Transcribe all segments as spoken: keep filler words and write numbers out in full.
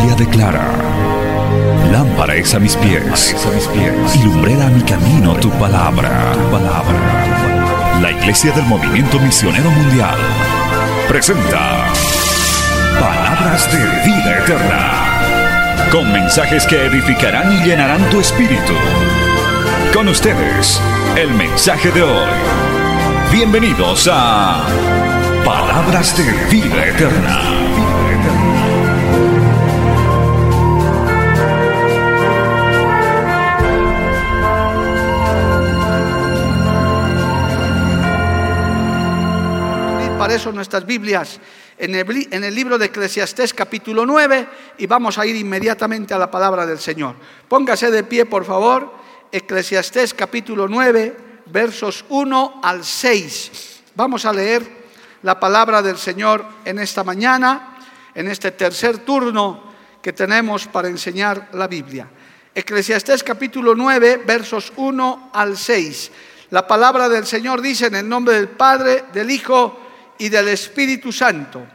Biblia declara: lámpara es a mis pies, a mis pies, y lumbrera a mi camino tu palabra. Tu palabra. La Iglesia del Movimiento Misionero Mundial presenta Palabras de Vida Eterna, con mensajes que edificarán y llenarán tu espíritu. Con ustedes, el mensaje de hoy. Bienvenidos a Palabras de Vida Eterna. Para eso nuestras Biblias en el, en el libro de Eclesiastés capítulo nueve, y vamos a ir inmediatamente a la palabra del Señor. Póngase de pie, por favor. Eclesiastés capítulo nueve, versos uno al seis. Vamos a leer la palabra del Señor en esta mañana, en este tercer turno que tenemos para enseñar la Biblia. Eclesiastés capítulo nueve, versos uno al seis. La palabra del Señor dice: en el nombre del Padre, del Hijo y del Espíritu Santo.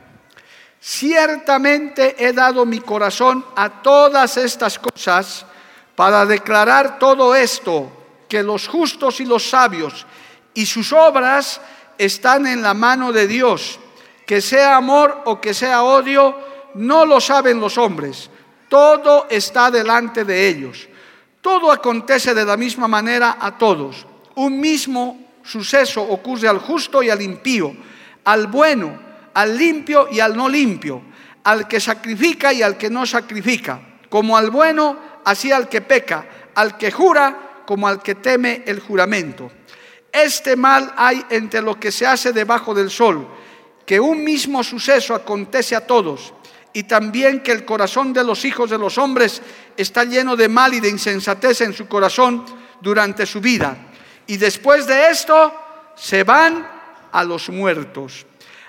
Ciertamente he dado mi corazón a todas estas cosas para declarar todo esto, que los justos y los sabios y sus obras están en la mano de Dios. Que sea amor o que sea odio, no lo saben los hombres. Todo está delante de ellos. Todo acontece de la misma manera a todos. Un mismo suceso ocurre al justo y al impío, al bueno, al limpio y al no limpio, al que sacrifica y al que no sacrifica, como al bueno, así al que peca, al que jura, como al que teme el juramento. Este mal hay entre lo que se hace debajo del sol, que un mismo suceso acontece a todos, y también que el corazón de los hijos de los hombres está lleno de mal y de insensatez en su corazón durante su vida. Y después de esto se van a los muertos.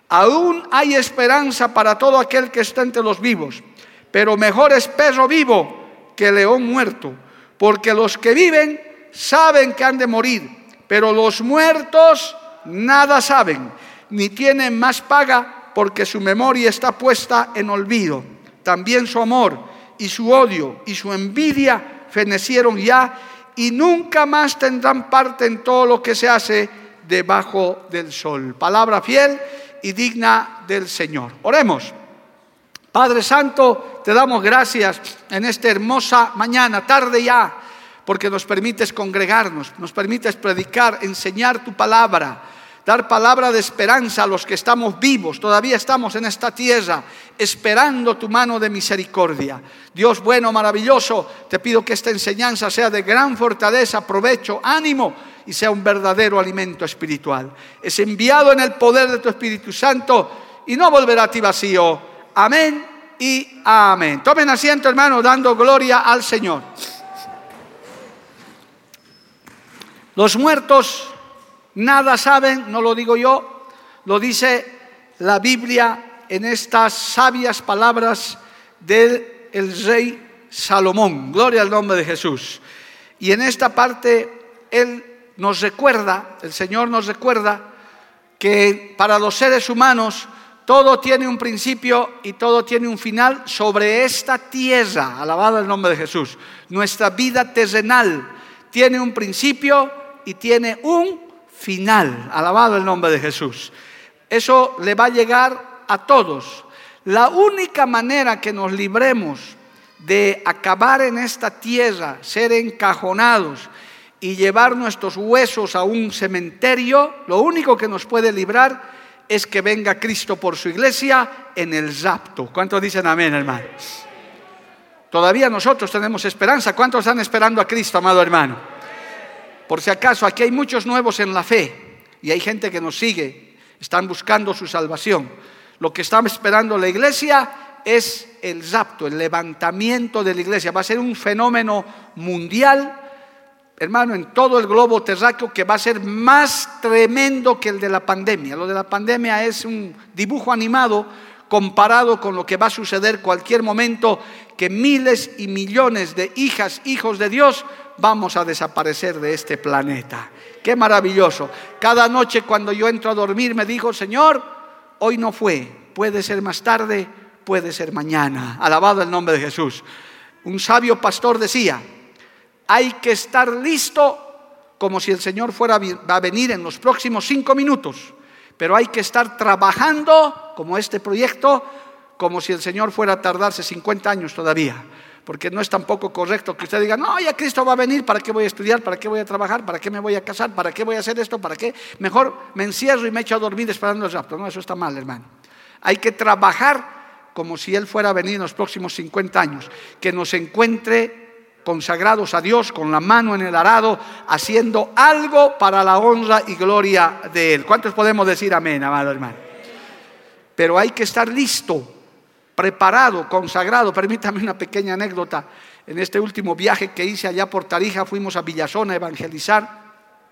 Aún hay esperanza para todo aquel que está entre los vivos, pero mejor es perro vivo que león muerto, porque los que viven saben que han de morir, pero los muertos nada saben, ni tienen más paga, porque su memoria está puesta en olvido. También su amor y su odio y su envidia fenecieron ya, y nunca más tendrán parte en todo lo que se hace debajo del sol. Palabra fiel y digna del Señor. Oremos. Padre Santo, te damos gracias en esta hermosa mañana, tarde ya, porque nos permites congregarnos, nos permites predicar, enseñar tu palabra, dar palabra de esperanza a los que estamos vivos, todavía estamos en esta tierra, esperando tu mano de misericordia. Dios bueno, maravilloso, te pido que esta enseñanza sea de gran fortaleza, provecho, ánimo, y sea un verdadero alimento espiritual. Es enviado en el poder de tu Espíritu Santo y no volverá a ti vacío. Amén y amén. Tomen asiento, hermano, dando gloria al Señor. Los muertos nada saben, no lo digo yo, lo dice la Biblia en estas sabias palabras del el rey Salomón. Gloria al nombre de Jesús. Y en esta parte él nos recuerda, el Señor nos recuerda que para los seres humanos todo tiene un principio y todo tiene un final sobre esta tierra. Alabado el nombre de Jesús. Nuestra vida terrenal tiene un principio y tiene un final. Alabado el nombre de Jesús. Eso le va a llegar a todos. La única manera que nos libremos de acabar en esta tierra, ser encajonados y llevar nuestros huesos a un cementerio, lo único que nos puede librar es que venga Cristo por su iglesia en el rapto. ¿Cuántos dicen amén, hermano? Todavía nosotros tenemos esperanza. ¿Cuántos están esperando a Cristo, amado hermano? Por si acaso, aquí hay muchos nuevos en la fe y hay gente que nos sigue, están buscando su salvación. Lo que está esperando la iglesia es el rapto, el levantamiento de la iglesia. Va a ser un fenómeno mundial, hermano, en todo el globo terráqueo, que va a ser más tremendo que el de la pandemia. Lo de la pandemia es un dibujo animado comparado con lo que va a suceder cualquier momento, que miles y millones de hijas, hijos de Dios, vamos a desaparecer de este planeta. ¡Qué maravilloso! Cada noche cuando yo entro a dormir me digo: Señor, hoy no fue, puede ser más tarde, puede ser mañana. Alabado el nombre de Jesús. Un sabio pastor decía, hay que estar listo como si el Señor fuera a venir en los próximos cinco minutos, pero hay que estar trabajando como este proyecto, como si el Señor fuera a tardarse cincuenta años todavía, porque no es tampoco correcto que usted diga, no, ya Cristo va a venir, ¿para qué voy a estudiar? ¿Para qué voy a trabajar? ¿Para qué me voy a casar? ¿Para qué voy a hacer esto? ¿Para qué? Mejor me encierro y me echo a dormir esperando el rapto. No, eso está mal, hermano. Hay que trabajar como si Él fuera a venir en los próximos cincuenta años, que nos encuentre consagrados a Dios, con la mano en el arado, haciendo algo para la honra y gloria de Él. ¿Cuántos podemos decir amén, amado hermano? Pero hay que estar listo, preparado, consagrado. Permítame una pequeña anécdota. En este último viaje que hice allá por Tarija, fuimos a Villazón a evangelizar,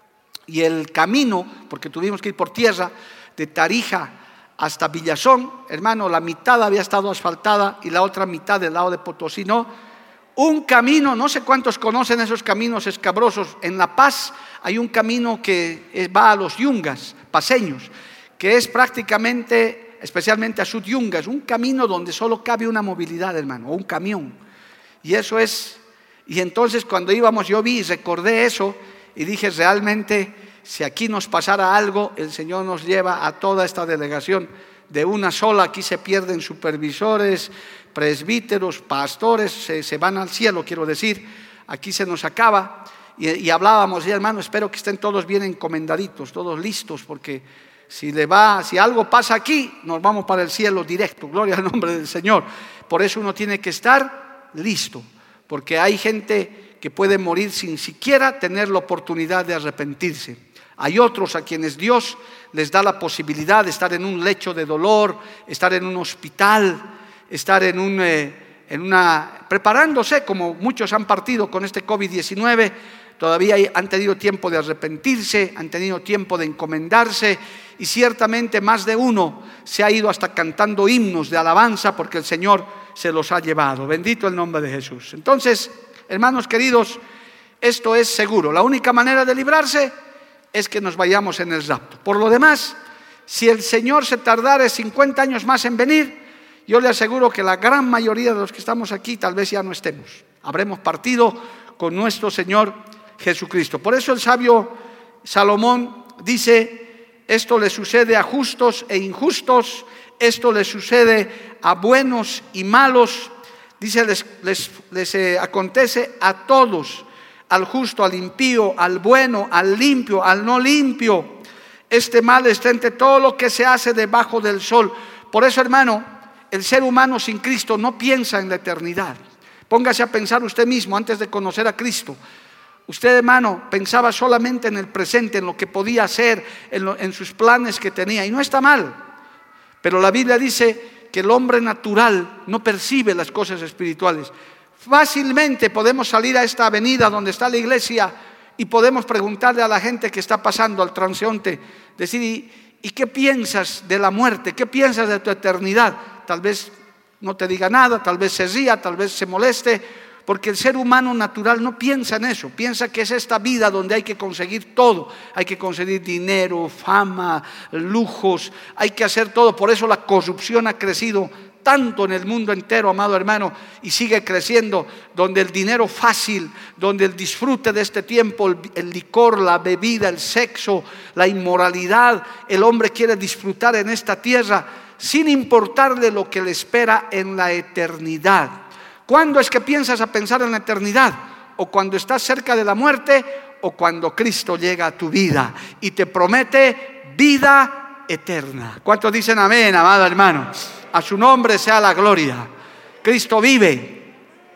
y el camino, porque tuvimos que ir por tierra, de Tarija hasta Villazón, hermano, la mitad había estado asfaltada y la otra mitad del lado de Potosí no. Un camino, no sé cuántos conocen esos caminos escabrosos. En La Paz hay un camino que va a los Yungas, paseños, que es prácticamente, especialmente a Sud Yungas, un camino donde solo cabe una movilidad, hermano, o un camión. Y eso es, y entonces cuando íbamos yo vi y recordé eso y dije, realmente, si aquí nos pasara algo, el Señor nos lleva a toda esta delegación de una sola. Aquí se pierden supervisores, presbíteros, pastores, se, se van al cielo, quiero decir. Aquí se nos acaba. Y, y hablábamos, y hermano, espero que estén todos bien encomendaditos, todos listos, porque si le va, si algo pasa aquí, nos vamos para el cielo directo. Gloria al nombre del Señor. Por eso uno tiene que estar listo, porque hay gente que puede morir sin siquiera tener la oportunidad de arrepentirse. Hay otros a quienes Dios les da la posibilidad de estar en un lecho de dolor, estar en un hospital, estar en, un, eh, en una, preparándose, como muchos han partido con este COVID diecinueve, todavía han tenido tiempo de arrepentirse, han tenido tiempo de encomendarse, y ciertamente más de uno se ha ido hasta cantando himnos de alabanza porque el Señor se los ha llevado. Bendito el nombre de Jesús. Entonces, hermanos queridos, esto es seguro. La única manera de librarse es que nos vayamos en el rapto. Por lo demás, si el Señor se tardara cincuenta años más en venir, yo le aseguro que la gran mayoría de los que estamos aquí tal vez ya no estemos. Habremos partido con nuestro Señor Jesucristo. Por eso el sabio Salomón dice, esto le sucede a justos e injustos, esto le sucede a buenos y malos. Dice, les, les, les eh, acontece a todos, al justo, al impío, al bueno, al limpio, al no limpio. Este mal está entre todo lo que se hace debajo del sol. Por eso, hermano, el ser humano sin Cristo no piensa en la eternidad. Póngase a pensar usted mismo antes de conocer a Cristo. Usted, hermano, pensaba solamente en el presente, en lo que podía hacer, en, lo, en sus planes que tenía. Y no está mal. Pero la Biblia dice que el hombre natural no percibe las cosas espirituales. Fácilmente podemos salir a esta avenida donde está la iglesia y podemos preguntarle a la gente que está pasando, al transeúnte, decir, ¿y, ¿y qué piensas de la muerte? ¿Qué piensas de tu eternidad? Tal vez no te diga nada, tal vez se ría, tal vez se moleste, porque el ser humano natural no piensa en eso. Piensa que es esta vida donde hay que conseguir todo. Hay que conseguir dinero, fama, lujos, hay que hacer todo. Por eso la corrupción ha crecido tanto en el mundo entero, amado hermano, y sigue creciendo, donde el dinero fácil, donde el disfrute de este tiempo, el, el licor, la bebida, el sexo, la inmoralidad, el hombre quiere disfrutar en esta tierra sin importarle lo que le espera en la eternidad. ¿Cuándo es que piensas a pensar en la eternidad? O cuando estás cerca de la muerte, o cuando Cristo llega a tu vida y te promete vida eterna. ¿Cuántos dicen amén, amado hermano? A su nombre sea la gloria. Cristo vive.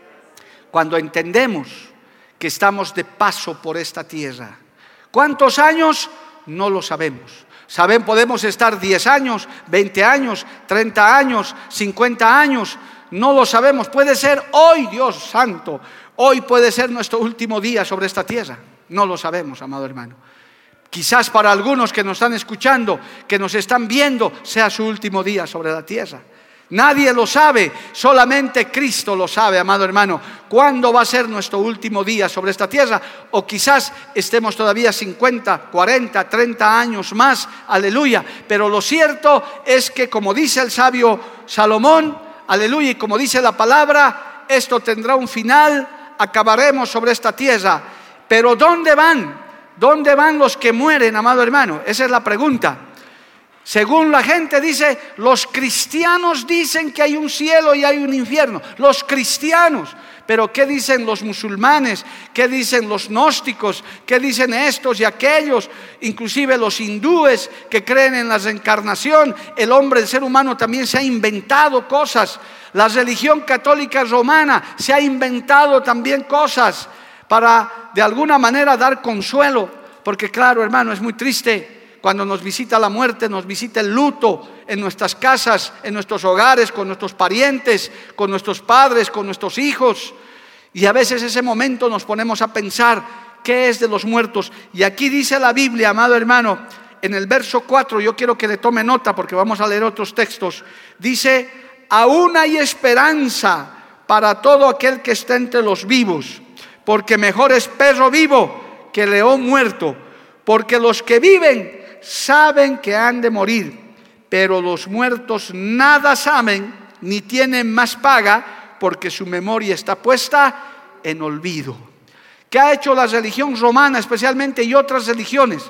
Cuando entendemos que estamos de paso por esta tierra. ¿Cuántos años? No lo sabemos. Saben, podemos estar diez años, veinte años, treinta años, cincuenta años. No lo sabemos. Puede ser hoy, Dios santo. Hoy puede ser nuestro último día sobre esta tierra. No lo sabemos, amado hermano. Quizás para algunos que nos están escuchando, que nos están viendo, sea su último día sobre la tierra. Nadie lo sabe, solamente Cristo lo sabe, amado hermano. ¿Cuándo va a ser nuestro último día sobre esta tierra? O quizás estemos todavía cincuenta, cuarenta, treinta años más, aleluya. Pero lo cierto es que, como dice el sabio Salomón, aleluya, y como dice la palabra, esto tendrá un final, acabaremos sobre esta tierra. Pero ¿dónde van? ¿Dónde van los que mueren, amado hermano? Esa es la pregunta. Según la gente dice, los cristianos dicen que hay un cielo y hay un infierno. Los cristianos. Pero ¿qué dicen los musulmanes? ¿Qué dicen los gnósticos? ¿Qué dicen estos y aquellos? Inclusive los hindúes que creen en la reencarnación. El hombre, el ser humano también se ha inventado cosas. La religión católica romana se ha inventado también cosas para de alguna manera dar consuelo. Porque claro, hermano, es muy triste cuando nos visita la muerte, nos visita el luto en nuestras casas, en nuestros hogares, con nuestros parientes, con nuestros padres, con nuestros hijos. Y a veces ese momento nos ponemos a pensar, ¿qué es de los muertos? Y aquí dice la Biblia, amado hermano, en el verso cuatro, yo quiero que le tome nota porque vamos a leer otros textos. Dice, aún hay esperanza para todo aquel que está entre los vivos, porque mejor es perro vivo que león muerto, porque los que viven saben que han de morir, pero los muertos nada saben ni tienen más paga, porque su memoria está puesta en olvido. ¿Qué ha hecho la religión romana especialmente y otras religiones?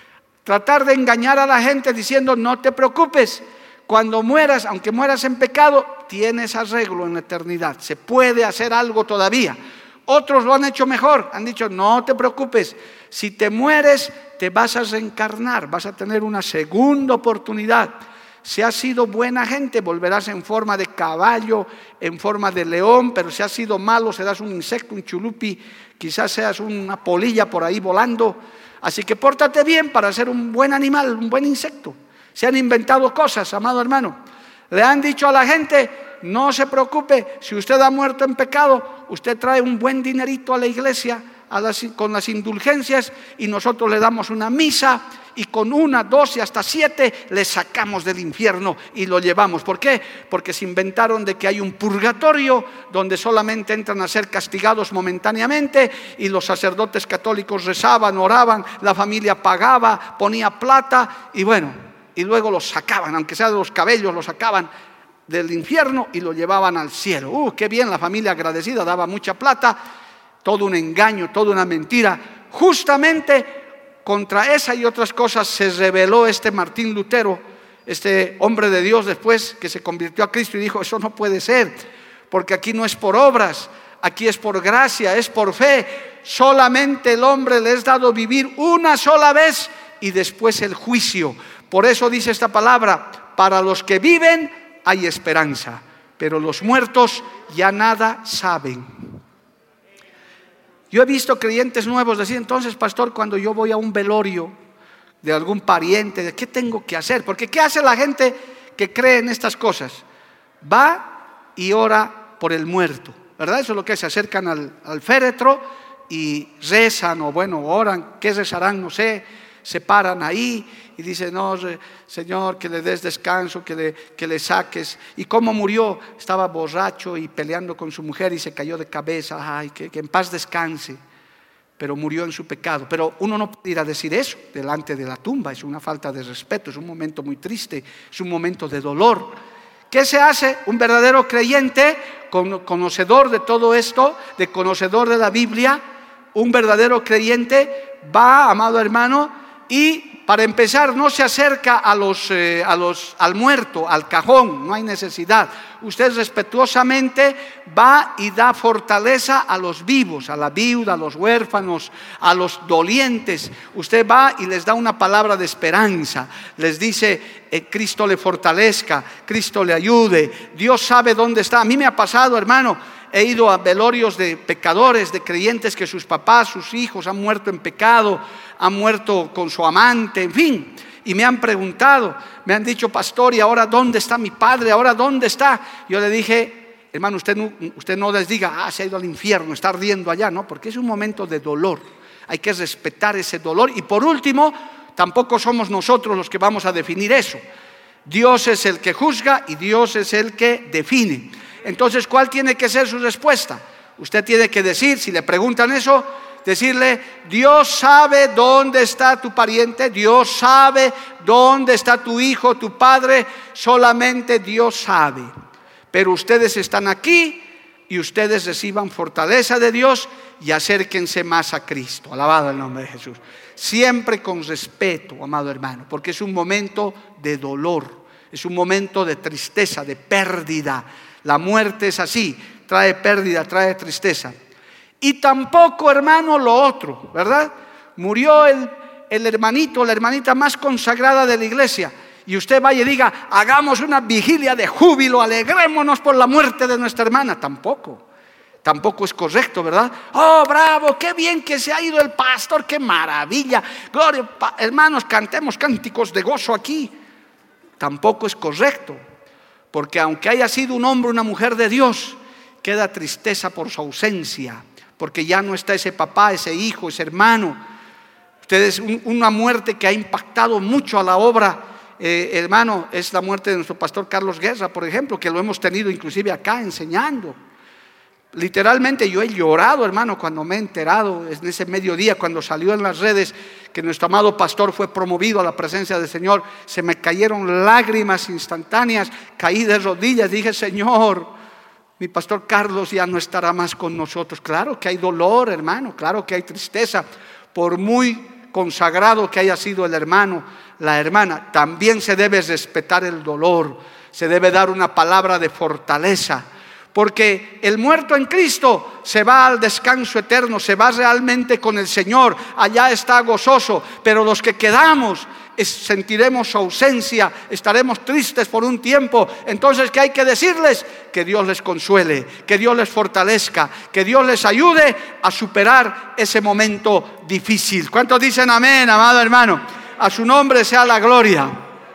Tratar de engañar a la gente diciendo, no te preocupes, cuando mueras, aunque mueras en pecado, tienes arreglo en la eternidad, se puede hacer algo todavía. Otros lo han hecho mejor, han dicho, no te preocupes, si te mueres te vas a reencarnar, vas a tener una segunda oportunidad. Si has sido buena gente, volverás en forma de caballo, en forma de león, pero si has sido malo, serás un insecto, un chulupi, quizás seas una polilla por ahí volando. Así que pórtate bien para ser un buen animal, un buen insecto. Se han inventado cosas, amado hermano. Le han dicho a la gente, no se preocupe, si usted ha muerto en pecado, usted trae un buen dinerito a la iglesia a las, con las indulgencias y nosotros le damos una misa y con una, dos y hasta siete le sacamos del infierno y lo llevamos. ¿Por qué? Porque se inventaron de que hay un purgatorio donde solamente entran a ser castigados momentáneamente y los sacerdotes católicos rezaban, oraban, la familia pagaba, ponía plata y bueno, y luego los sacaban, aunque sea de los cabellos, los sacaban del infierno y lo llevaban al cielo. Uh, qué bien, la familia agradecida daba mucha plata. Todo un engaño, toda una mentira. Justamente contra esa y otras cosas se rebeló este Martín Lutero, este hombre de Dios después que se convirtió a Cristo y dijo, eso no puede ser, porque aquí no es por obras, aquí es por gracia, es por fe. Solamente el hombre le es dado vivir una sola vez y después el juicio. Por eso dice esta palabra, para los que viven hay esperanza, pero los muertos ya nada saben. Yo he visto creyentes nuevos decir, entonces pastor, cuando yo voy a un velorio de algún pariente, ¿qué tengo que hacer? Porque ¿qué hace la gente que cree en estas cosas? Va y ora por el muerto, ¿verdad? Eso es lo que se acercan al, al féretro y rezan o bueno, oran, ¿qué rezarán? No sé, se paran ahí y dicen, no, Señor, que le des descanso, que le, que le saques. ¿Y cómo murió? Estaba borracho y peleando con su mujer y se cayó de cabeza. Ay, que, que en paz descanse. Pero murió en su pecado. Pero uno no puede ir a decir eso delante de la tumba. Es una falta de respeto, es un momento muy triste, es un momento de dolor. ¿Qué se hace? Un verdadero creyente, conocedor de todo esto, de conocedor de la Biblia, un verdadero creyente va, amado hermano, y para empezar no se acerca a los, eh, a los, al muerto, al cajón, no hay necesidad. Usted respetuosamente va y da fortaleza a los vivos, a la viuda, a los huérfanos, a los dolientes. Usted va y les da una palabra de esperanza, les dice, eh, Cristo le fortalezca, Cristo le ayude, Dios sabe dónde está. A mí me ha pasado, hermano, he ido a velorios de pecadores, de creyentes que sus papás, sus hijos han muerto en pecado, han muerto con su amante, en fin. Y me han preguntado, me han dicho, pastor, ¿y ahora dónde está mi padre? ¿Ahora dónde está? Yo le dije, hermano, usted no, usted no les diga, ah, se ha ido al infierno, está ardiendo allá, no, porque es un momento de dolor. Hay que respetar ese dolor. Y por último, tampoco somos nosotros los que vamos a definir eso. Dios es el que juzga y Dios es el que define. Entonces, ¿cuál tiene que ser su respuesta? Usted tiene que decir, si le preguntan eso, decirle, Dios sabe dónde está tu pariente, Dios sabe dónde está tu hijo, tu padre, solamente Dios sabe. pero ustedes están aquí y ustedes reciban fortaleza de Dios y acérquense más a Cristo. Alabado el nombre de Jesús. Siempre con respeto, amado hermano, porque es un momento de dolor, es un momento de tristeza, de pérdida. La muerte es así, trae pérdida, trae tristeza. Y tampoco, hermano, lo otro, ¿verdad? Murió el, el hermanito, la hermanita más consagrada de la iglesia, y usted vaya y diga, hagamos una vigilia de júbilo, alegrémonos por la muerte de nuestra hermana. Tampoco. Tampoco es correcto, ¿verdad? Oh, bravo, qué bien que se ha ido el pastor, qué maravilla. Gloria, hermanos, cantemos cánticos de gozo aquí. Tampoco es correcto, porque aunque haya sido un hombre o una mujer de Dios, queda tristeza por su ausencia, porque ya no está ese papá, ese hijo, ese hermano. Ustedes, un, una muerte que ha impactado mucho a la obra, eh, hermano, es la muerte de nuestro pastor Carlos Guerra, por ejemplo, que lo hemos tenido inclusive acá enseñando. Literalmente yo he llorado, hermano, cuando me he enterado en ese mediodía, cuando salió en las redes que nuestro amado pastor fue promovido a la presencia del Señor. Se me cayeron lágrimas instantáneas, caí de rodillas, dije, Señor, mi pastor Carlos ya no estará más con nosotros. Claro que hay dolor, hermano, claro que hay tristeza, por muy consagrado que haya sido el hermano, la hermana, también se debe respetar el dolor, se debe dar una palabra de fortaleza. Porque el muerto en Cristo se va al descanso eterno, se va realmente con el Señor, allá está gozoso. Pero los que quedamos es, sentiremos su ausencia, estaremos tristes por un tiempo. Entonces, ¿qué hay que decirles? Que Dios les consuele, que Dios les fortalezca, que Dios les ayude a superar ese momento difícil. ¿Cuántos dicen amén, amado hermano? A su nombre sea la gloria.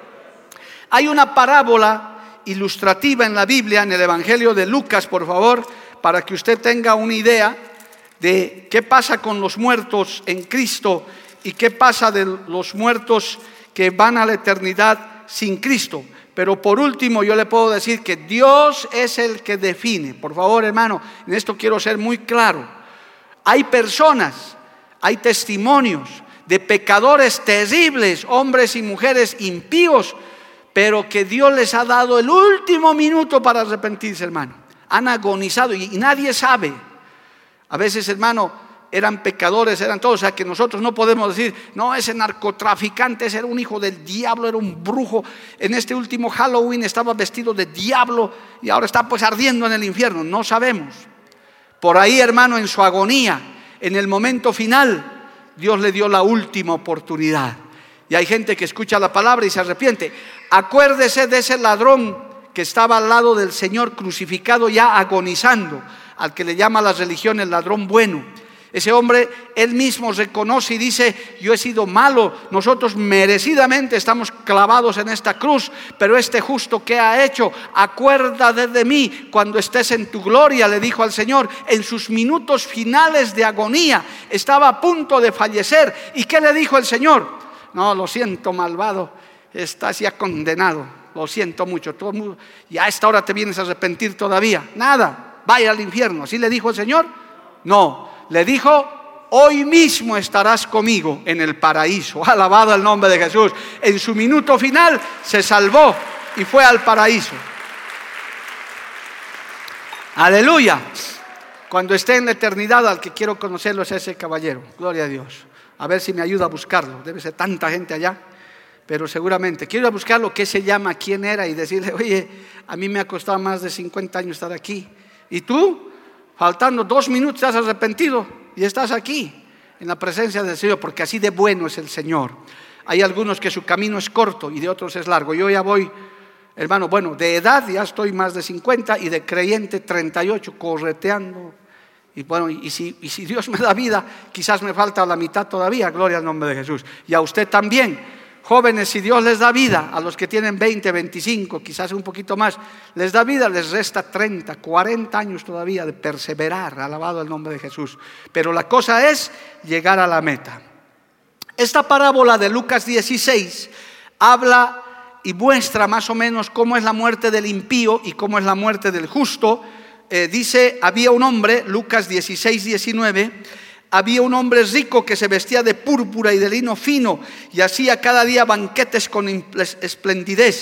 Hay una parábola ilustrativa en la Biblia, en el Evangelio de Lucas, por favor, para que usted tenga una idea de qué pasa con los muertos en Cristo y qué pasa de los muertos que van a la eternidad sin Cristo. Pero por último yo le puedo decir que Dios es el que define. Por favor, hermano, en esto quiero ser muy claro. Hay personas, hay testimonios de pecadores terribles, hombres y mujeres impíos, pero que Dios les ha dado el último minuto para arrepentirse, hermano. Han agonizado y, y nadie sabe. A veces, hermano, eran pecadores, eran todos. O sea, que nosotros no podemos decir, no, ese narcotraficante, ese era un hijo del diablo, era un brujo. En este último Halloween estaba vestido de diablo y ahora está pues ardiendo en el infierno. No sabemos. Por ahí, hermano, en su agonía, en el momento final, Dios le dio la última oportunidad. Y hay gente que escucha la palabra y se arrepiente. Acuérdese de ese ladrón que estaba al lado del Señor crucificado, ya agonizando, al que le llama la religión el ladrón bueno. Ese hombre, él mismo reconoce y dice, yo he sido malo, nosotros merecidamente estamos clavados en esta cruz, pero este justo que ha hecho, acuérdate de mí cuando estés en tu gloria, le dijo al Señor. En sus minutos finales de agonía, estaba a punto de fallecer. ¿Y qué le dijo el Señor? No, lo siento, malvado, estás ya condenado, lo siento mucho. Todo el mundo, y a esta hora te vienes a arrepentir todavía. Nada, vaya al infierno. ¿Así le dijo el Señor? No, le dijo, hoy mismo estarás conmigo en el paraíso. Alabado el nombre de Jesús. En su minuto final se salvó y fue al paraíso. Aleluya. Cuando esté en la eternidad, al que quiero conocerlo es ese caballero. Gloria a Dios. A ver si me ayuda a buscarlo. Debe ser tanta gente allá, pero seguramente. Quiero ir a buscarlo, qué se llama, quién era, y decirle, oye, a mí me ha costado más de cincuenta años estar aquí. ¿Y tú? Faltando dos minutos te has arrepentido y estás aquí, en la presencia del Señor, porque así de bueno es el Señor. Hay algunos que su camino es corto y de otros es largo. Yo ya voy, hermano, bueno, de edad ya estoy más de cincuenta y de creyente treinta y ocho, correteando. Y bueno, y si, y si Dios me da vida, quizás me falta la mitad todavía, gloria al nombre de Jesús. Y a usted también, jóvenes, si Dios les da vida, a los que tienen veinte, veinticinco, quizás un poquito más, les da vida, les resta treinta, cuarenta años todavía de perseverar, alabado el nombre de Jesús. Pero la cosa es llegar a la meta. Esta parábola de Lucas dieciséis habla y muestra más o menos cómo es la muerte del impío y cómo es la muerte del justo. Eh, dice, había un hombre, Lucas dieciséis, diecinueve, había un hombre rico que se vestía de púrpura y de lino fino y hacía cada día banquetes con esplendidez.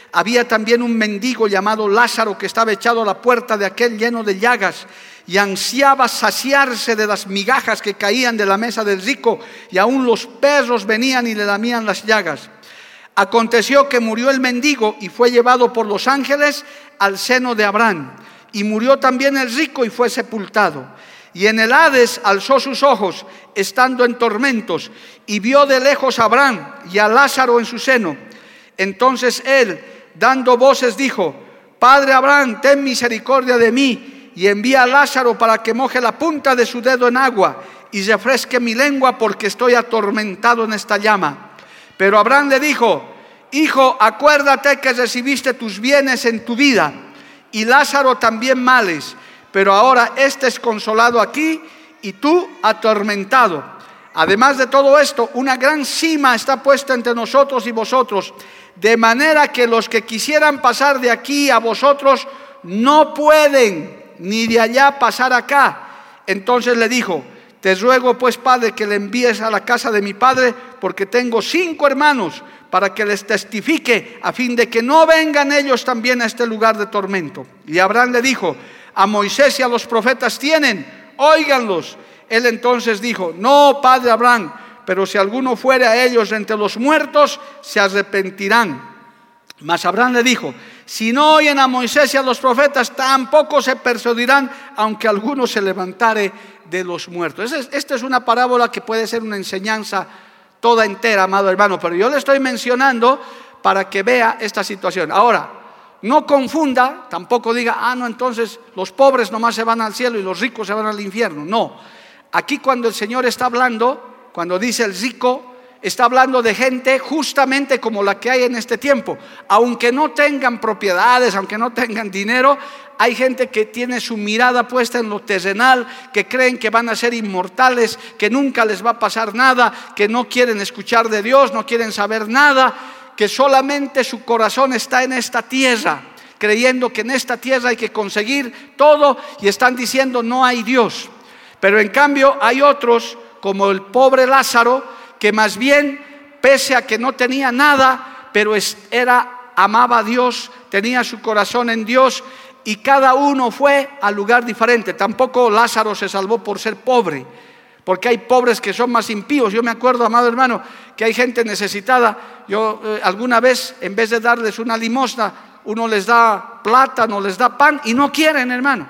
había también un mendigo llamado Lázaro que estaba echado a la puerta de aquel lleno de llagas y ansiaba saciarse de las migajas que caían de la mesa del rico, y aún los perros venían y le lamían las llagas. Aconteció que murió el mendigo y fue llevado por los ángeles al seno de Abraham. Y murió también el rico y fue sepultado. Y en el Hades alzó sus ojos, estando en tormentos, y vio de lejos a Abraham y a Lázaro en su seno. Entonces él, dando voces, dijo: Padre Abraham, ten misericordia de mí, y envía a Lázaro para que moje la punta de su dedo en agua y refresque mi lengua, porque estoy atormentado en esta llama. Pero Abraham le dijo: Hijo, acuérdate que recibiste tus bienes en tu vida, y Lázaro también males, pero ahora éste es consolado aquí y tú atormentado. Además de todo esto, una gran sima está puesta entre nosotros y vosotros, de manera que los que quisieran pasar de aquí a vosotros no pueden, ni de allá pasar acá. Entonces le dijo: Te ruego pues, Padre, que le envíes a la casa de mi padre, porque tengo cinco hermanos, para que les testifique, a fin de que no vengan ellos también a este lugar de tormento. Y Abraham le dijo: A Moisés y a los profetas tienen, óiganlos. Él entonces dijo: No, Padre Abraham, pero si alguno fuere a ellos entre los muertos, se arrepentirán. Mas Abraham le dijo: Si no oyen a Moisés y a los profetas, tampoco se persuadirán, aunque alguno se levantare de los muertos. Esta es una parábola que puede ser una enseñanza toda entera, amado hermano, pero yo le estoy mencionando para que vea esta situación. Ahora, no confunda, tampoco diga: ah, no, entonces los pobres nomás se van al cielo y los ricos se van al infierno. No, aquí cuando el Señor está hablando, cuando dice el rico, está hablando de gente justamente como la que hay en este tiempo. Aunque no tengan propiedades, aunque no tengan dinero, hay gente que tiene su mirada puesta en lo terrenal, que creen que van a ser inmortales, que nunca les va a pasar nada, que no quieren escuchar de Dios, no quieren saber nada, que solamente su corazón está en esta tierra, creyendo que en esta tierra hay que conseguir todo, y están diciendo: no hay Dios. Pero en cambio hay otros, como el pobre Lázaro, que más bien, pese a que no tenía nada, pero era, amaba a Dios, tenía su corazón en Dios, y cada uno fue al lugar diferente. Tampoco Lázaro se salvó por ser pobre, porque hay pobres que son más impíos. Yo me acuerdo, amado hermano, que hay gente necesitada. Yo eh, alguna vez, en vez de darles una limosna, uno les da plátano, les da pan, y no quieren, hermano.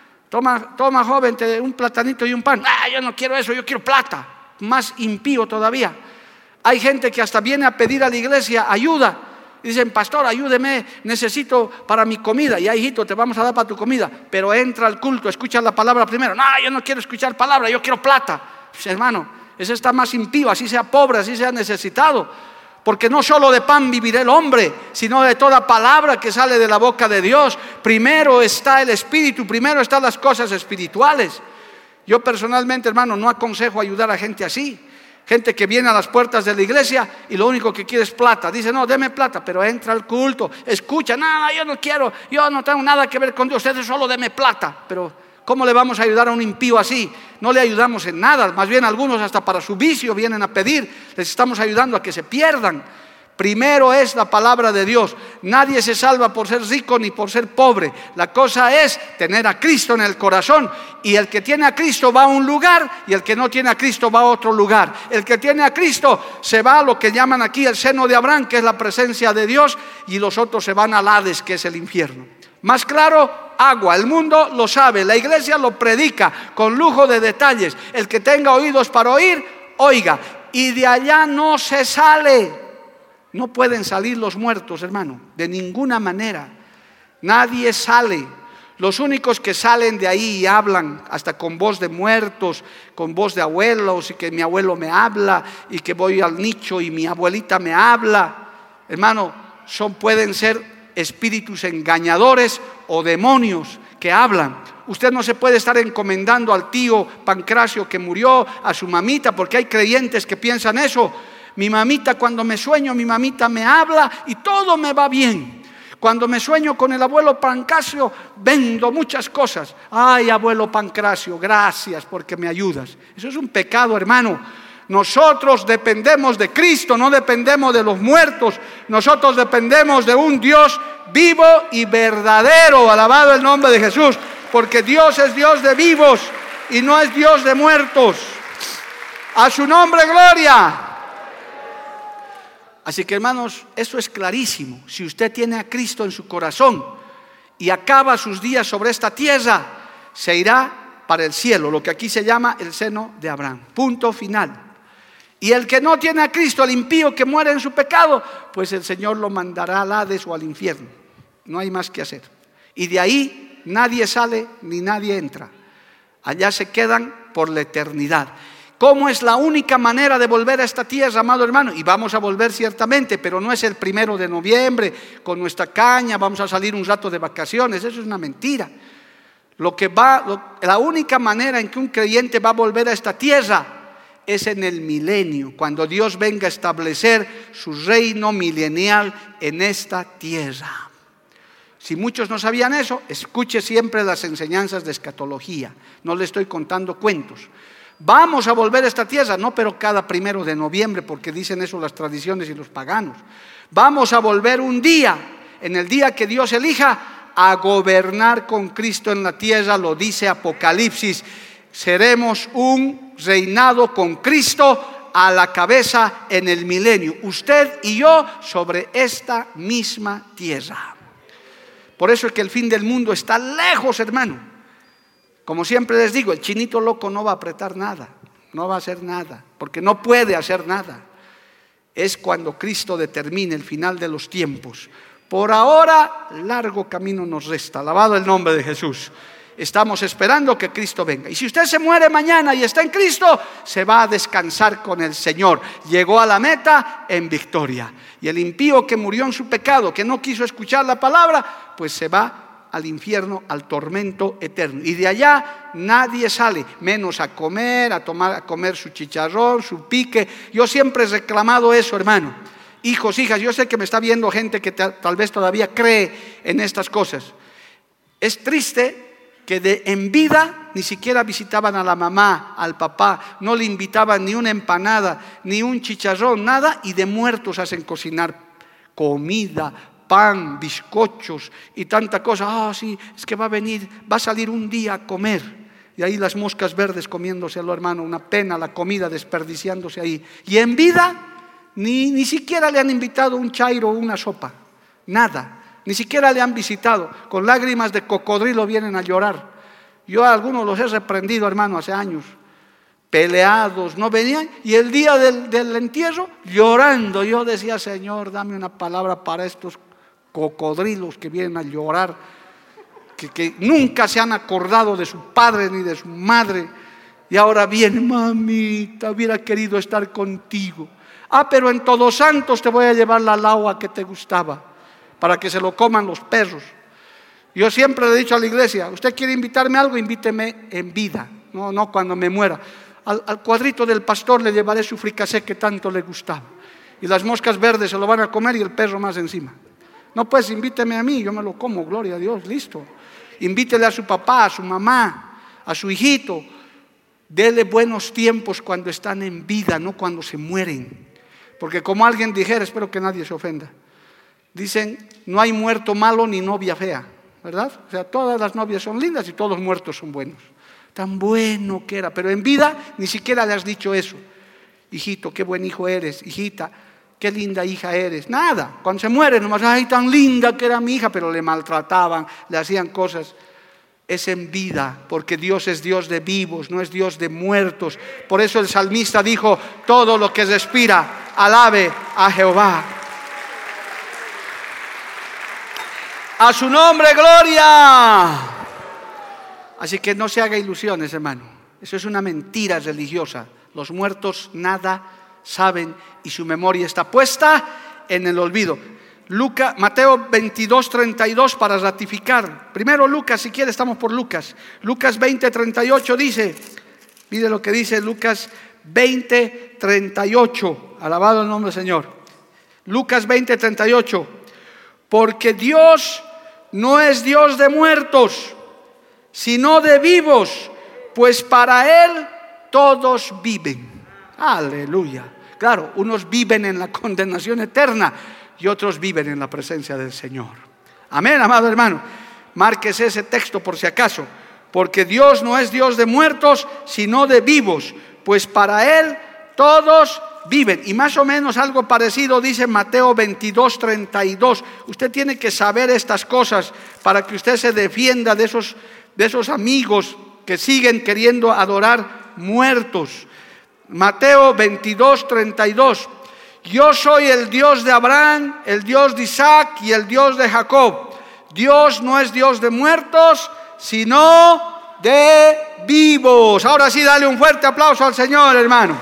Toma, toma joven, te, un platanito y un pan. Ah, yo no quiero eso, yo quiero plata. Más impío todavía. Hay gente que hasta viene a pedir a la iglesia ayuda. Dicen: pastor, ayúdeme, necesito para mi comida. Ya, hijito, te vamos a dar para tu comida. Pero entra al culto, escucha la palabra primero. No, yo no quiero escuchar palabra, yo quiero plata. Pues, hermano, ese está más impío, así sea pobre, así sea necesitado. Porque no solo de pan vivirá el hombre, sino de toda palabra que sale de la boca de Dios. Primero está el espíritu, primero están las cosas espirituales. Yo personalmente, hermano, no aconsejo ayudar a gente así. Gente que viene a las puertas de la iglesia y lo único que quiere es plata. Dice: no, deme plata, pero entra al culto, escucha: no, yo no quiero, yo no tengo nada que ver con Dios, ustedes solo deme plata. Pero ¿cómo le vamos a ayudar a un impío así? No le ayudamos en nada. Más bien algunos hasta para su vicio vienen a pedir. Les estamos ayudando a que se pierdan. Primero es la palabra de Dios. Nadie se salva por ser rico ni por ser pobre. La cosa es tener a Cristo en el corazón. Y el que tiene a Cristo va a un lugar, y el que no tiene a Cristo va a otro lugar. El que tiene a Cristo se va a lo que llaman aquí el seno de Abraham, que es la presencia de Dios, y los otros se van al Hades, que es el infierno. Más claro, agua. El mundo lo sabe, la iglesia lo predica con lujo de detalles. El que tenga oídos para oír, oiga. Y de allá no se sale. No pueden salir los muertos, hermano, de ninguna manera. Nadie sale. Los únicos que salen de ahí y hablan hasta con voz de muertos, con voz de abuelos, y que mi abuelo me habla, y que voy al nicho y mi abuelita me habla, hermano, son, pueden ser espíritus engañadores o demonios que hablan. Usted no se puede estar encomendando al tío Pancracio que murió, a su mamita, porque hay creyentes que piensan eso. Mi mamita, cuando me sueño, mi mamita me habla y todo me va bien. Cuando me sueño con el abuelo Pancracio, vendo muchas cosas. Ay, abuelo Pancracio, gracias porque me ayudas. Eso es un pecado, hermano. Nosotros dependemos de Cristo, no dependemos de los muertos. Nosotros dependemos de un Dios vivo y verdadero. Alabado el nombre de Jesús, porque Dios es Dios de vivos y no es Dios de muertos. A su nombre, gloria. Así que, hermanos, eso es clarísimo. Si usted tiene a Cristo en su corazón y acaba sus días sobre esta tierra, se irá para el cielo, lo que aquí se llama el seno de Abraham. Punto final. Y el que no tiene a Cristo, el impío que muere en su pecado, pues el Señor lo mandará al Hades o al infierno. No hay más que hacer. Y de ahí nadie sale ni nadie entra. Allá se quedan por la eternidad. ¿Cómo es la única manera de volver a esta tierra, amado hermano? Y vamos a volver ciertamente, pero no es el primero de noviembre con nuestra caña, vamos a salir un rato de vacaciones. Eso es una mentira. Lo que va, lo, la única manera en que un creyente va a volver a esta tierra es en el milenio, cuando Dios venga a establecer su reino milenial en esta tierra. Si muchos no sabían eso, escuche siempre las enseñanzas de escatología. No le estoy contando cuentos. Vamos a volver a esta tierra, no pero cada primero de noviembre, porque dicen eso las tradiciones y los paganos. Vamos a volver un día, en el día que Dios elija, a gobernar con Cristo en la tierra, lo dice Apocalipsis. Seremos un reinado con Cristo a la cabeza en el milenio, usted y yo sobre esta misma tierra. Por eso es que el fin del mundo está lejos, hermano. Como siempre les digo, el chinito loco no va a apretar nada, no va a hacer nada, porque no puede hacer nada. Es cuando Cristo determine el final de los tiempos. Por ahora, largo camino nos resta. Alabado el nombre de Jesús. Estamos esperando que Cristo venga. Y si usted se muere mañana y está en Cristo, se va a descansar con el Señor. Llegó a la meta en victoria. Y el impío que murió en su pecado, que no quiso escuchar la palabra, pues se va al infierno, al tormento eterno. Y de allá nadie sale, menos a comer, a tomar, a comer su chicharrón, su pique. Yo siempre he reclamado eso, hermano. Hijos, hijas, yo sé que me está viendo gente que tal vez todavía cree en estas cosas. Es triste que de, en vida ni siquiera visitaban a la mamá, al papá, no le invitaban ni una empanada, ni un chicharrón, nada, y de muertos hacen cocinar comida, pan, bizcochos y tanta cosa. Ah, oh, sí, es que va a venir, va a salir un día a comer. Y ahí las moscas verdes comiéndoselo, hermano, una pena la comida desperdiciándose ahí. Y en vida ni, ni siquiera le han invitado un chairo o una sopa, nada. Ni siquiera le han visitado, con lágrimas de cocodrilo vienen a llorar. Yo a algunos los he reprendido, hermano, hace años, peleados, no venían, y el día del, del entierro, llorando, yo decía, Señor, dame una palabra para estos cocodrilos que vienen a llorar, que, que nunca se han acordado de su padre ni de su madre, y ahora vienen, mamita, hubiera querido estar contigo. Ah, pero en Todos Santos te voy a llevar la agua que te gustaba, para que se lo coman los perros. Yo siempre le he dicho a la iglesia, usted quiere invitarme a algo, invíteme en vida, no, no cuando me muera. Al, al cuadrito del pastor le llevaré su fricasé que tanto le gustaba. Y las moscas verdes se lo van a comer y el perro más encima. No, pues invíteme a mí, yo me lo como, gloria a Dios, listo. Invítele a su papá, a su mamá, a su hijito. Dele buenos tiempos cuando están en vida, no cuando se mueren. Porque como alguien dijera, espero que nadie se ofenda, dicen, no hay muerto malo ni novia fea, ¿verdad? O sea, todas las novias son lindas y todos los muertos son buenos. Tan bueno que era, pero en vida ni siquiera le has dicho eso. Hijito, qué buen hijo eres, hijita, qué linda hija eres. Nada, cuando se muere nomás, ay, tan linda que era mi hija, pero le maltrataban, le hacían cosas. Es en vida, porque Dios es Dios de vivos, no es Dios de muertos. Por eso el salmista dijo, todo lo que respira, alabe a Jehová. A su nombre, gloria. Así que no se haga ilusiones, hermano. Eso es una mentira religiosa. Los muertos nada saben y su memoria está puesta en el olvido. Lucas, Mateo veintidós, treinta y dos para ratificar. Primero Lucas, si quiere estamos por Lucas. Lucas veinte, treinta y ocho dice, mire lo que dice Lucas veinte, treinta y ocho. Alabado el nombre del Señor. Lucas veinte, treinta y ocho. Porque Dios no es Dios de muertos, sino de vivos, pues para Él todos viven. Aleluya. Claro, unos viven en la condenación eterna y otros viven en la presencia del Señor. Amén, amado hermano. Márquese ese texto por si acaso. Porque Dios no es Dios de muertos, sino de vivos, pues para Él todos viven. Y más o menos algo parecido dice Mateo veintidós, treinta y dos. Usted tiene que saber estas cosas para que usted se defienda de esos, de esos amigos que siguen queriendo adorar muertos. Mateo veintidós, treinta y dos. Yo soy el Dios de Abraham, el Dios de Isaac y el Dios de Jacob. Dios no es Dios de muertos, sino de vivos. Ahora sí, dale un fuerte aplauso al Señor, hermano.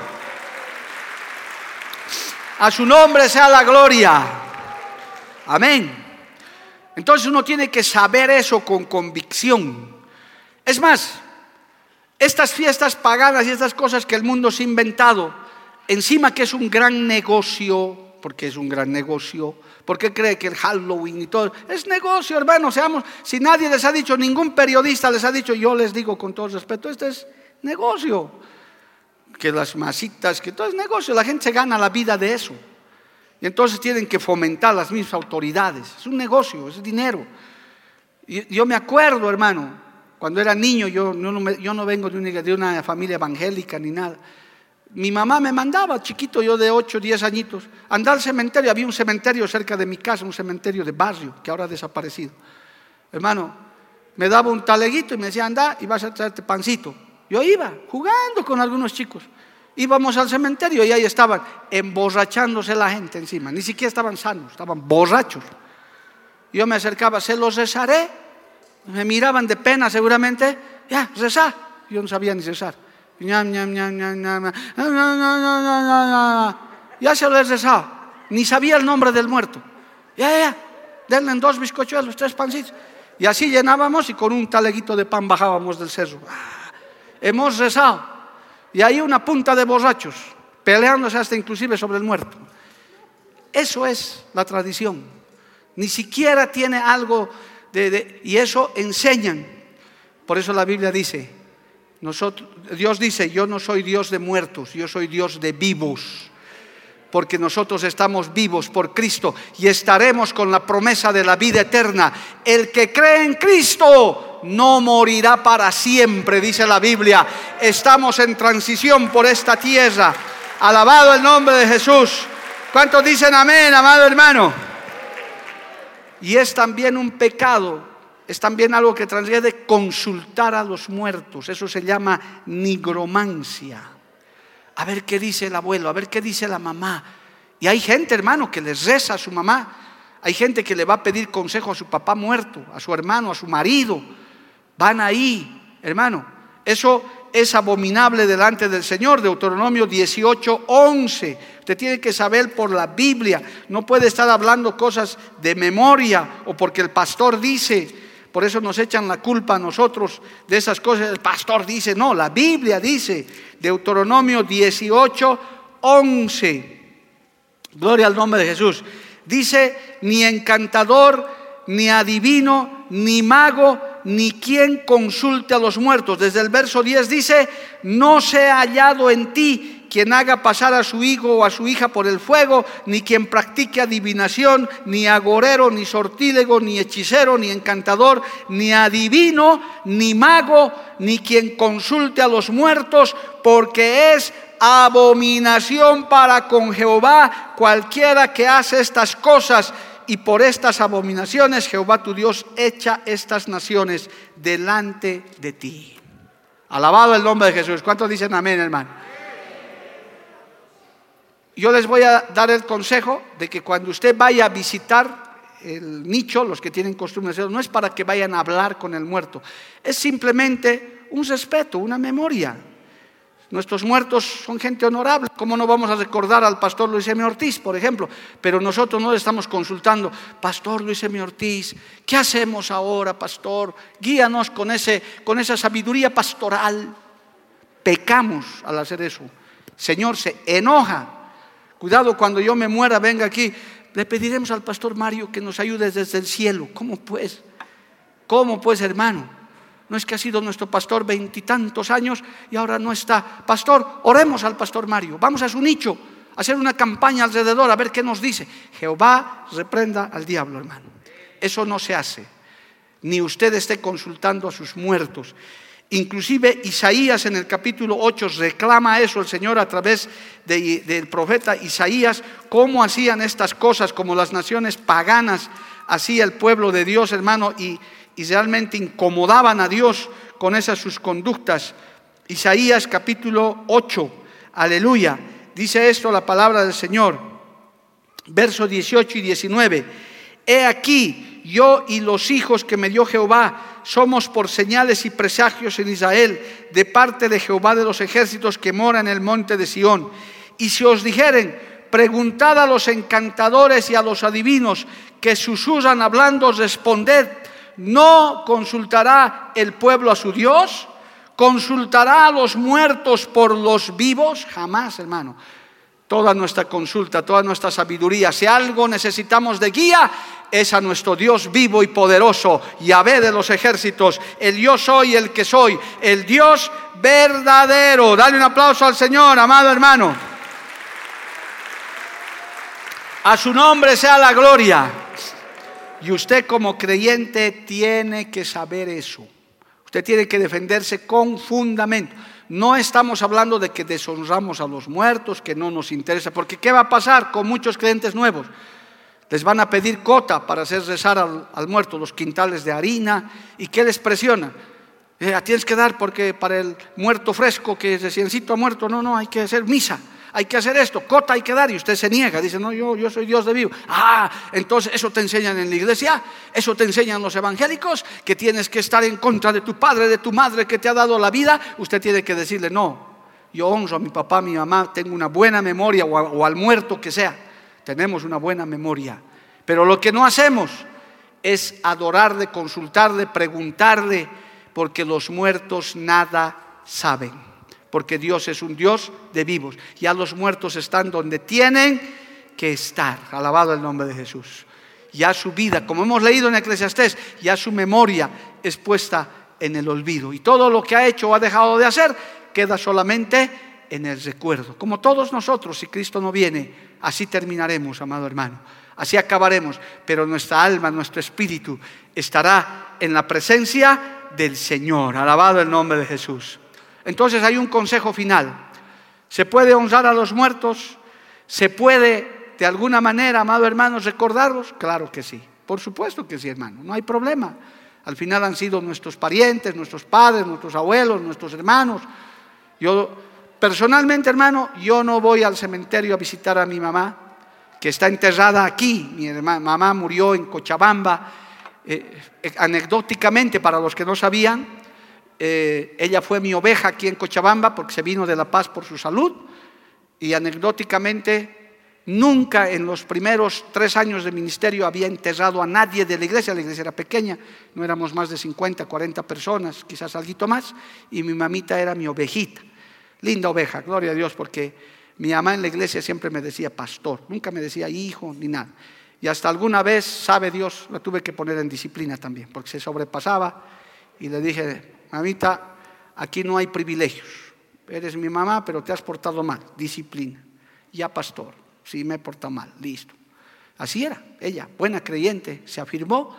A su nombre sea la gloria. Amén. Entonces uno tiene que saber eso con convicción. Es más, estas fiestas paganas y estas cosas que el mundo se ha inventado, encima que es un gran negocio, porque es un gran negocio. ¿Por qué cree que el Halloween y todo? Es negocio, hermano. Seamos, si nadie les ha dicho, ningún periodista les ha dicho, yo les digo con todo respeto, este es negocio. Que las masitas, que todo es negocio. La gente se gana la vida de eso. Y entonces tienen que fomentar las mismas autoridades. Es un negocio, es dinero. Y yo me acuerdo, hermano, cuando era niño, yo, yo, no, yo no vengo de una, de una familia evangélica ni nada. Mi mamá me mandaba, chiquito, yo de ocho, diez añitos, andar al cementerio. Había un cementerio cerca de mi casa, un cementerio de barrio, que ahora ha desaparecido. Hermano, me daba un taleguito y me decía, anda y vas a traerte pancito. Yo iba jugando con algunos chicos. Íbamos al cementerio y ahí estaban emborrachándose la gente encima. Ni siquiera estaban sanos, estaban borrachos. Yo me acercaba, se los rezaré. Me miraban de pena seguramente. Ya, rezá. Yo no sabía ni rezar. Ya se lo he rezado. Ni sabía el nombre del muerto. Ya, ya, denle dos bizcochuelos, tres pancitos. Y así llenábamos y con un taleguito de pan bajábamos del cerro. Hemos rezado. Y hay una punta de borrachos peleándose hasta inclusive sobre el muerto. Eso es la tradición. Ni siquiera tiene algo de, de y eso enseñan. Por eso la Biblia dice, nosotros, Dios dice, yo no soy Dios de muertos, yo soy Dios de vivos. Porque nosotros estamos vivos por Cristo y estaremos con la promesa de la vida eterna. El que cree en Cristo no morirá para siempre, dice la Biblia. Estamos en transición por esta tierra. Alabado el nombre de Jesús. ¿Cuántos dicen amén, amado hermano? Y es también un pecado, es también algo que transgrede consultar a los muertos. Eso se llama nigromancia. A ver qué dice el abuelo, a ver qué dice la mamá. Y hay gente, hermano, que les reza a su mamá. Hay gente que le va a pedir consejo a su papá muerto, a su hermano, a su marido. Van ahí, hermano. Eso es abominable delante del Señor. Deuteronomio dieciocho, once. Usted tiene que saber por la Biblia. No puede estar hablando cosas de memoria o porque el pastor dice. Por eso nos echan la culpa a nosotros de esas cosas. El pastor dice, no, la Biblia dice, Deuteronomio dieciocho, once. Gloria al nombre de Jesús. Dice, ni encantador, ni adivino, ni mago, ni quien consulte a los muertos. Desde el verso diez dice, no sea hallado en ti quien haga pasar a su hijo o a su hija por el fuego, ni quien practique adivinación, ni agorero, ni sortílego, ni hechicero, ni encantador, ni adivino, ni mago, ni quien consulte a los muertos, porque es abominación para con Jehová cualquiera que hace estas cosas. Y por estas abominaciones Jehová tu Dios echa estas naciones delante de ti. Alabado el nombre de Jesús. ¿Cuántos dicen amén, hermano? Yo les voy a dar el consejo de que cuando usted vaya a visitar el nicho, los que tienen costumbre de hacerlo, no es para que vayan a hablar con el muerto, es simplemente un respeto, una memoria. Nuestros muertos son gente honorable. ¿Cómo no vamos a recordar al pastor Luis M. Ortiz, por ejemplo? Pero nosotros no le estamos consultando, Pastor Luis M. Ortiz, ¿qué hacemos ahora, pastor? Guíanos con, ese, con esa sabiduría pastoral. Pecamos al hacer eso. Señor se enoja. Cuidado, cuando yo me muera, venga aquí, le pediremos al pastor Mario que nos ayude desde el cielo. ¿Cómo pues? ¿Cómo pues, hermano? no es que ha sido nuestro pastor veintitantos años y ahora no está. Pastor, oremos al pastor Mario, vamos a su nicho, a hacer una campaña alrededor, a ver qué nos dice. Jehová reprenda al diablo, hermano. Eso no se hace. Ni usted esté consultando a sus muertos. Inclusive Isaías en el capítulo ocho reclama eso el Señor a través de, del profeta Isaías, cómo hacían estas cosas, como las naciones paganas hacía el pueblo de Dios, hermano, y, y realmente incomodaban a Dios con esas sus conductas. Isaías capítulo ocho, aleluya, dice esto la palabra del Señor, versos dieciocho y diecinueve. He aquí, yo y los hijos que me dio Jehová somos por señales y presagios en Israel, de parte de Jehová de los ejércitos que mora en el monte de Sión. Y si os dijeren, preguntad a los encantadores y a los adivinos que susurran hablando, responded, ¿no consultará el pueblo a su Dios? ¿Consultará a los muertos por los vivos? Jamás, hermano. Toda nuestra consulta, toda nuestra sabiduría, si algo necesitamos de guía, es a nuestro Dios vivo y poderoso, Yahvé de los ejércitos, el yo soy el que soy, el Dios verdadero. Dale un aplauso al Señor, amado hermano. A su nombre sea la gloria. Y usted como creyente tiene que saber eso. Usted tiene que defenderse con fundamento. No estamos hablando de que deshonramos a los muertos, que no nos interesa, porque ¿qué va a pasar con muchos creyentes nuevos? Les van a pedir cota para hacer rezar al, al muerto, los quintales de harina. ¿Y qué les presiona? Eh, tienes que dar porque para el muerto fresco que reciencito ha muerto, no, no, hay que hacer misa, hay que hacer esto, cota hay que dar, y usted se niega, dice, no, yo, yo soy Dios de vivo. Ah, entonces eso te enseñan en la iglesia, eso te enseñan los evangélicos, que tienes que estar en contra de tu padre, de tu madre que te ha dado la vida. Usted tiene que decirle, no, yo honro a mi papá, a mi mamá, tengo una buena memoria, o, a, o al muerto que sea, tenemos una buena memoria. Pero lo que no hacemos es adorarle, consultarle, preguntarle, porque los muertos nada saben, porque Dios es un Dios de vivos. Ya los muertos están donde tienen que estar. Alabado el nombre de Jesús. Ya su vida, como hemos leído en Eclesiastés, ya su memoria es puesta en el olvido. Y todo lo que ha hecho o ha dejado de hacer queda solamente en el recuerdo. Como todos nosotros, si Cristo no viene, así terminaremos, amado hermano. Así acabaremos. Pero nuestra alma, nuestro espíritu estará en la presencia del Señor. Alabado el nombre de Jesús. Entonces hay un consejo final. ¿Se puede honrar a los muertos? ¿Se puede de alguna manera, amado hermano, recordarlos? Claro que sí, por supuesto que sí, hermano, no hay problema. Al final han sido nuestros parientes, nuestros padres, nuestros abuelos, nuestros hermanos. Yo personalmente, hermano, yo no voy al cementerio a visitar a mi mamá, que está enterrada aquí. Mi hermana, mamá murió en Cochabamba. Eh, eh, anecdóticamente, para los que no sabían, Eh, ella fue mi oveja aquí en Cochabamba porque se vino de La Paz por su salud, y anecdóticamente nunca en los primeros tres años de ministerio había enterrado a nadie de la iglesia. La iglesia era pequeña, no éramos más de cincuenta, cuarenta personas, quizás algo más, y mi mamita era mi ovejita, linda oveja, gloria a Dios, porque mi mamá en la iglesia siempre me decía pastor, nunca me decía hijo ni nada, y hasta alguna vez, sabe Dios, la tuve que poner en disciplina también, porque se sobrepasaba, y le dije, mamita, aquí no hay privilegios. Eres mi mamá, pero te has portado mal. Disciplina. Ya, pastor, sí me he portado mal. Listo. Así era. Ella, buena creyente, se afirmó,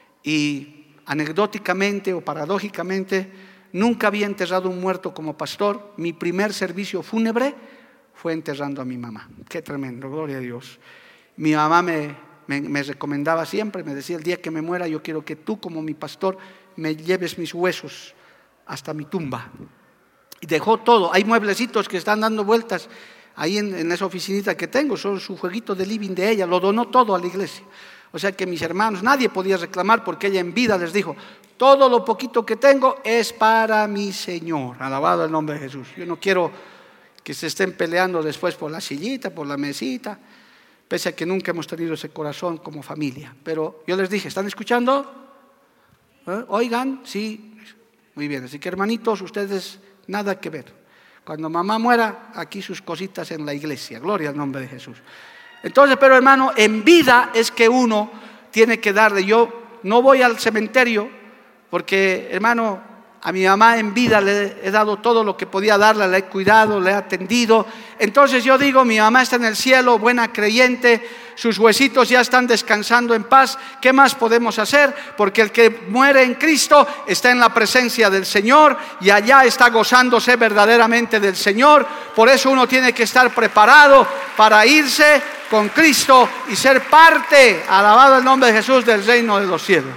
y anecdóticamente o paradójicamente nunca había enterrado un muerto como pastor. Mi primer servicio fúnebre fue enterrando a mi mamá. Qué tremendo, gloria a Dios. Mi mamá me, me, me recomendaba siempre, me decía, el día que me muera yo quiero que tú como mi pastor me lleves mis huesos hasta mi tumba. Y dejó todo. Hay mueblecitos que están dando vueltas ahí en, en esa oficinita que tengo, son su jueguito de living de ella, lo donó todo a la iglesia. O sea que mis hermanos, nadie podía reclamar, porque ella en vida les dijo, todo lo poquito que tengo es para mi Señor. Alabado el nombre de Jesús. Yo no quiero que se estén peleando después por la sillita, por la mesita, pese a que nunca hemos tenido ese corazón como familia. Pero yo les dije, ¿están escuchando? ¿Eh? Oigan, sí. Muy bien, así que hermanitos, ustedes nada que ver. Cuando mamá muera, aquí sus cositas en la iglesia. Gloria al nombre de Jesús. Entonces, pero hermano, en vida es que uno tiene que darle. Yo no voy al cementerio porque, hermano, A mi mamá en vida le he dado todo lo que podía darle, le he cuidado, le he atendido. Entonces yo digo, mi mamá está en el cielo, buena creyente, sus huesitos ya están descansando en paz. ¿Qué más podemos hacer? Porque el que muere en Cristo está en la presencia del Señor y allá está gozándose verdaderamente del Señor. Por eso uno tiene que estar preparado para irse con Cristo y ser parte, alabado el nombre de Jesús, del reino de los cielos.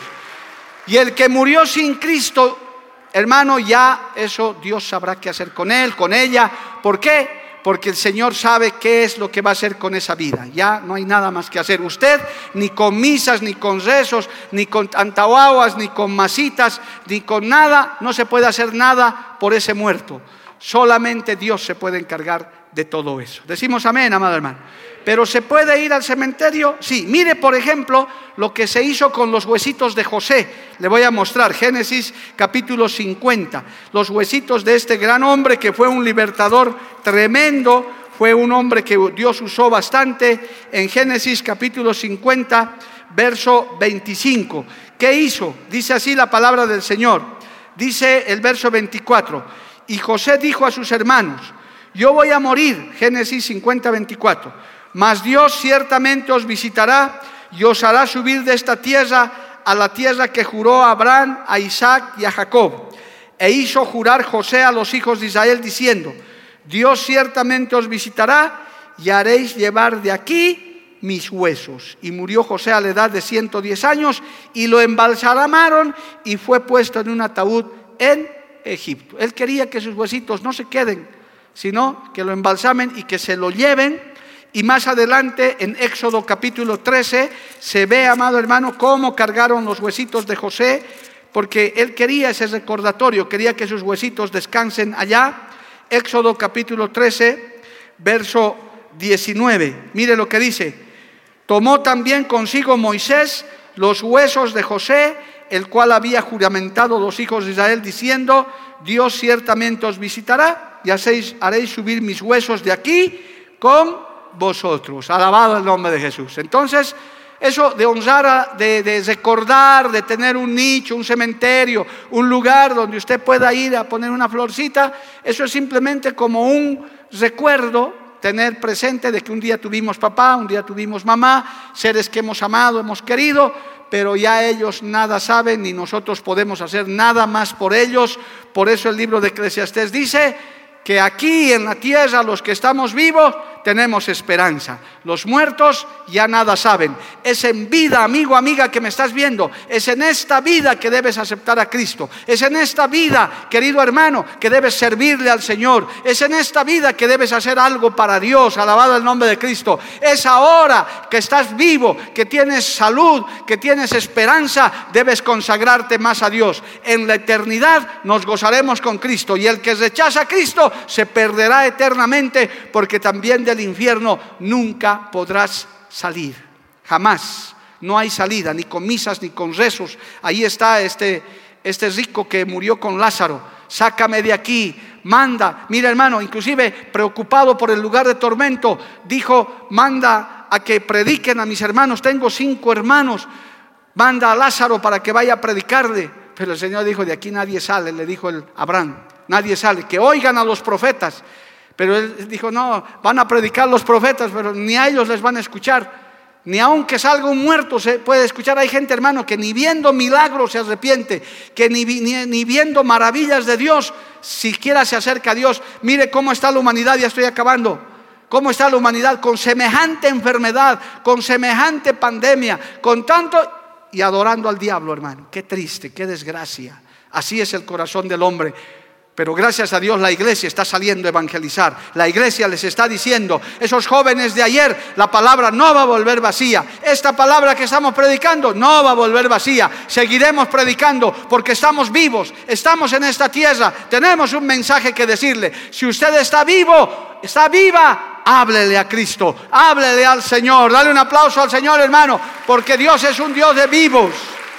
Y el que murió sin Cristo, hermano, ya eso Dios sabrá qué hacer con él, con ella. ¿Por qué? Porque el Señor sabe qué es lo que va a hacer con esa vida. Ya no hay nada más que hacer. Usted ni con misas, ni con rezos, ni con antahuahuas, ni con masitas, ni con nada, no se puede hacer nada por ese muerto. Solamente Dios se puede encargar de todo eso. Decimos amén, amado hermano. Pero ¿se puede ir al cementerio? Sí. Mire, por ejemplo, lo que se hizo con los huesitos de José. Le voy a mostrar, Génesis capítulo cincuenta. Los huesitos de este gran hombre que fue un libertador tremendo. Fue un hombre que Dios usó bastante. En Génesis capítulo cincuenta, verso veinticinco. ¿Qué hizo? Dice así la palabra del Señor. Dice el verso veinticuatro. Y José dijo a sus hermanos: yo voy a morir. Génesis cincuenta, veinticuatro. Mas Dios ciertamente os visitará y os hará subir de esta tierra a la tierra que juró a Abraham, a Isaac y a Jacob. E hizo jurar José a los hijos de Israel diciendo: Dios ciertamente os visitará y haréis llevar de aquí mis huesos. Y murió José a la edad de ciento diez años y lo embalsamaron y fue puesto en un ataúd en Egipto. Él quería que sus huesitos no se queden, sino que lo embalsamen y que se lo lleven. Y más adelante en Éxodo capítulo trece se ve, amado hermano, cómo cargaron los huesitos de José, porque él quería ese recordatorio, quería que sus huesitos descansen allá. Éxodo capítulo trece, verso diecinueve. Mire lo que dice: tomó también consigo Moisés los huesos de José, el cual había juramentado los hijos de Israel diciendo: Dios ciertamente os visitará y hacéis, haréis subir mis huesos de aquí con vosotros. Alabado el nombre de Jesús. Entonces, eso de honrar, de, de recordar, de tener un nicho, un cementerio, un lugar donde usted pueda ir a poner una florcita, eso es simplemente como un recuerdo, tener presente de que un día tuvimos papá, un día tuvimos mamá, seres que hemos amado, hemos querido, pero ya ellos nada saben ni nosotros podemos hacer nada más por ellos. Por eso el libro de Eclesiastés dice que aquí en la tierra los que estamos vivos tenemos esperanza. Los muertos ya nada saben. Es en vida, amigo, amiga que me estás viendo, es en esta vida que debes aceptar a Cristo. Es en esta vida, querido hermano, que debes servirle al Señor. Es en esta vida que debes hacer algo para Dios. Alabado el nombre de Cristo. Es ahora que estás vivo, que tienes salud, que tienes esperanza, debes consagrarte más a Dios. En la eternidad nos gozaremos con Cristo, y el que rechaza a Cristo se perderá eternamente, porque también del infierno nunca podrás salir, jamás. No hay salida, ni con misas ni con rezos. Ahí está este, este rico que murió con Lázaro. Sácame de aquí, manda. Mira, hermano, inclusive preocupado por el lugar de tormento, dijo: manda a que prediquen a mis hermanos. Tengo cinco hermanos, manda a Lázaro para que vaya a predicarle. Pero el Señor dijo: de aquí nadie sale. Le dijo el Abraham: nadie sale, que oigan a los profetas. Pero él dijo: no, van a predicar los profetas, pero ni a ellos les van a escuchar. Ni aunque salga un muerto se puede escuchar. Hay gente, hermano, que ni viendo milagros se arrepiente, que ni, ni, ni viendo maravillas de Dios siquiera se acerca a Dios. Mire cómo está la humanidad, ya estoy acabando. Cómo está la humanidad con semejante enfermedad, con semejante pandemia, con tanto, y adorando al diablo, hermano. Qué triste, qué desgracia. Así es el corazón del hombre. Pero gracias a Dios la iglesia está saliendo a evangelizar. La iglesia les está diciendo: esos jóvenes de ayer, la palabra no va a volver vacía. Esta palabra que estamos predicando no va a volver vacía. Seguiremos predicando porque estamos vivos, estamos en esta tierra, tenemos un mensaje que decirle. Si usted está vivo, está viva, háblele a Cristo, háblele al Señor. Dale un aplauso al Señor, hermano, porque Dios es un Dios de vivos.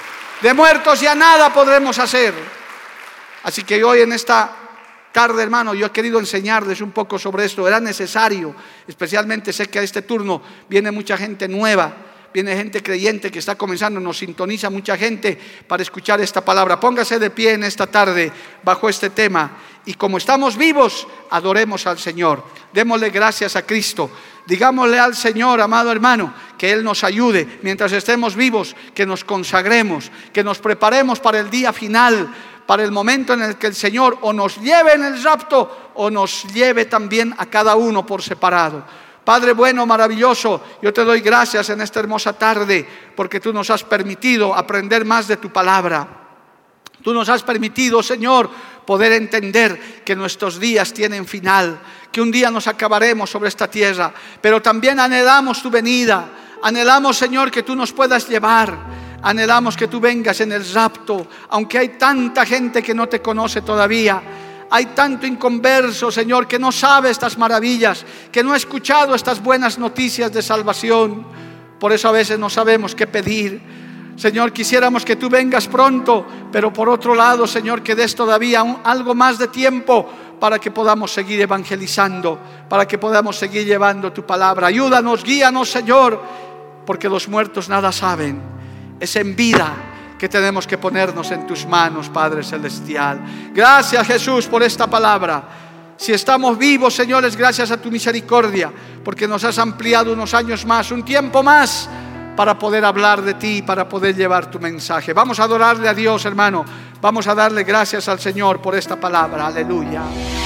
De muertos ya nada podremos hacer. Así que hoy en esta tarde, hermano, yo he querido enseñarles un poco sobre esto. Era necesario, especialmente sé que a este turno viene mucha gente nueva, viene gente creyente que está comenzando, nos sintoniza mucha gente para escuchar esta palabra. Póngase de pie en esta tarde bajo este tema y como estamos vivos, adoremos al Señor. Démosle gracias a Cristo. Digámosle al Señor, amado hermano, que Él nos ayude mientras estemos vivos, que nos consagremos, que nos preparemos para el día final, para el momento en el que el Señor o nos lleve en el rapto o nos lleve también a cada uno por separado. Padre bueno, maravilloso, yo te doy gracias en esta hermosa tarde porque tú nos has permitido aprender más de tu palabra. Tú nos has permitido, Señor, poder entender que nuestros días tienen final, que un día nos acabaremos sobre esta tierra, pero también anhelamos tu venida, anhelamos, Señor, que tú nos puedas llevar, anhelamos que tú vengas en el rapto, aunque hay tanta gente que no te conoce todavía. Hay tanto inconverso, Señor, que no sabe estas maravillas, que no ha escuchado estas buenas noticias de salvación. Por eso a veces no sabemos qué pedir. Señor, quisiéramos que tú vengas pronto, pero por otro lado, Señor, que des todavía un, algo más de tiempo para que podamos seguir evangelizando, para que podamos seguir llevando tu palabra. Ayúdanos, guíanos, Señor, porque los muertos nada saben. Es en vida que tenemos que ponernos en tus manos, Padre Celestial. Gracias, Jesús, por esta palabra. Si estamos vivos, Señor, es gracias a tu misericordia, porque nos has ampliado unos años más, un tiempo más, para poder hablar de ti, para poder llevar tu mensaje. Vamos a adorarle a Dios, hermano. Vamos a darle gracias al Señor por esta palabra. Aleluya.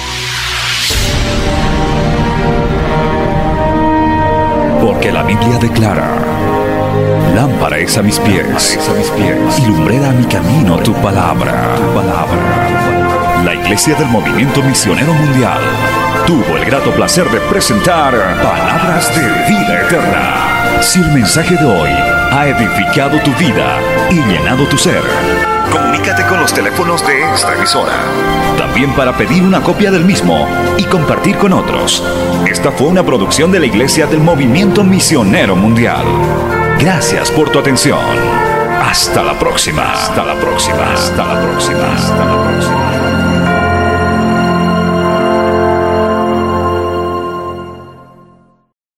Porque la Biblia declara: lámpara es a mis pies, a mis pies, y lumbrera a mi camino tu palabra, tu palabra. La Iglesia del Movimiento Misionero Mundial tuvo el grato placer de presentar Palabras de Vida Eterna. Si el mensaje de hoy ha edificado tu vida y llenado tu ser, comunícate con los teléfonos de esta emisora. También para pedir una copia del mismo y compartir con otros. Esta fue una producción de la Iglesia del Movimiento Misionero Mundial. Gracias por tu atención. Hasta la próxima. Hasta la próxima. Hasta la próxima. Hasta la próxima.